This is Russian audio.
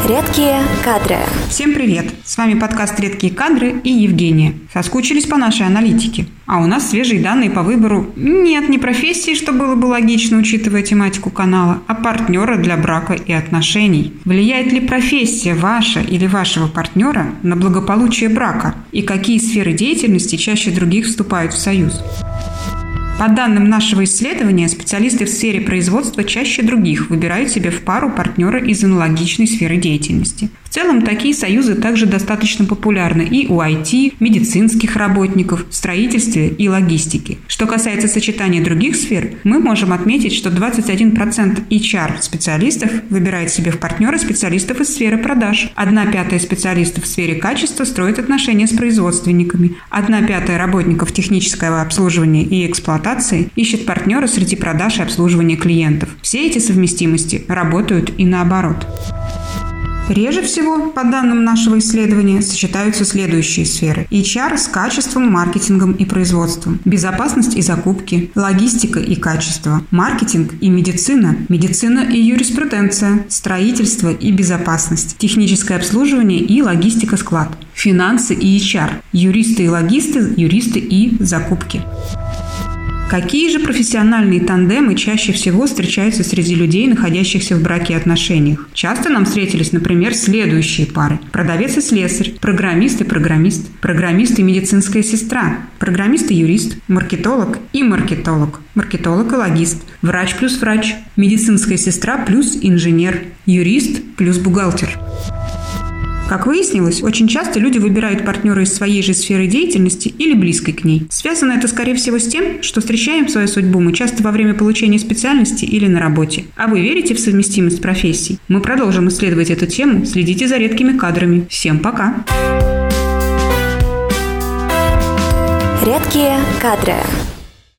Редкие кадры. Всем привет! С вами подкаст «Редкие кадры» и Евгения. Соскучились по нашей аналитике? А у нас свежие данные по выбору нет не профессии, что было бы логично, учитывая тематику канала, а партнера для брака и отношений. Влияет ли профессия ваша или вашего партнера на благополучие брака? И какие сферы деятельности чаще других вступают в союз? По данным нашего исследования, специалисты в сфере производства чаще других выбирают себе в пару партнера из аналогичной сферы деятельности. В целом, такие союзы также достаточно популярны и у IT, медицинских работников, в строительстве и логистике. Что касается сочетания других сфер, мы можем отметить, что 21% HR-специалистов выбирает себе в партнера специалистов из сферы продаж, 1/5 специалистов в сфере качества строит отношения с производственниками, 1/5 работников технического обслуживания и эксплуатации ищет партнера среди продаж и обслуживания клиентов. Все эти совместимости работают и наоборот. Реже всего, по данным нашего исследования, сочетаются следующие сферы: HR с качеством, маркетингом и производством, безопасность и закупки, логистика и качество, маркетинг и медицина, медицина и юриспруденция, строительство и безопасность, техническое обслуживание и логистика-склад, финансы и HR, юристы и логисты, юристы и закупки. Какие же профессиональные тандемы чаще всего встречаются среди людей, находящихся в браке и отношениях? Часто нам встретились, например, следующие пары: продавец и слесарь, программист и программист, программист и медицинская сестра, программист и юрист, маркетолог и маркетолог, маркетолог и логист, врач плюс врач, медицинская сестра плюс инженер, юрист плюс бухгалтер. Как выяснилось, очень часто люди выбирают партнера из своей же сферы деятельности или близкой к ней. Связано это, скорее всего, с тем, что встречаем свою судьбу мы часто во время получения специальности или на работе. А вы верите в совместимость профессий? Мы продолжим исследовать эту тему. Следите за редкими кадрами. Всем пока! Редкие кадры.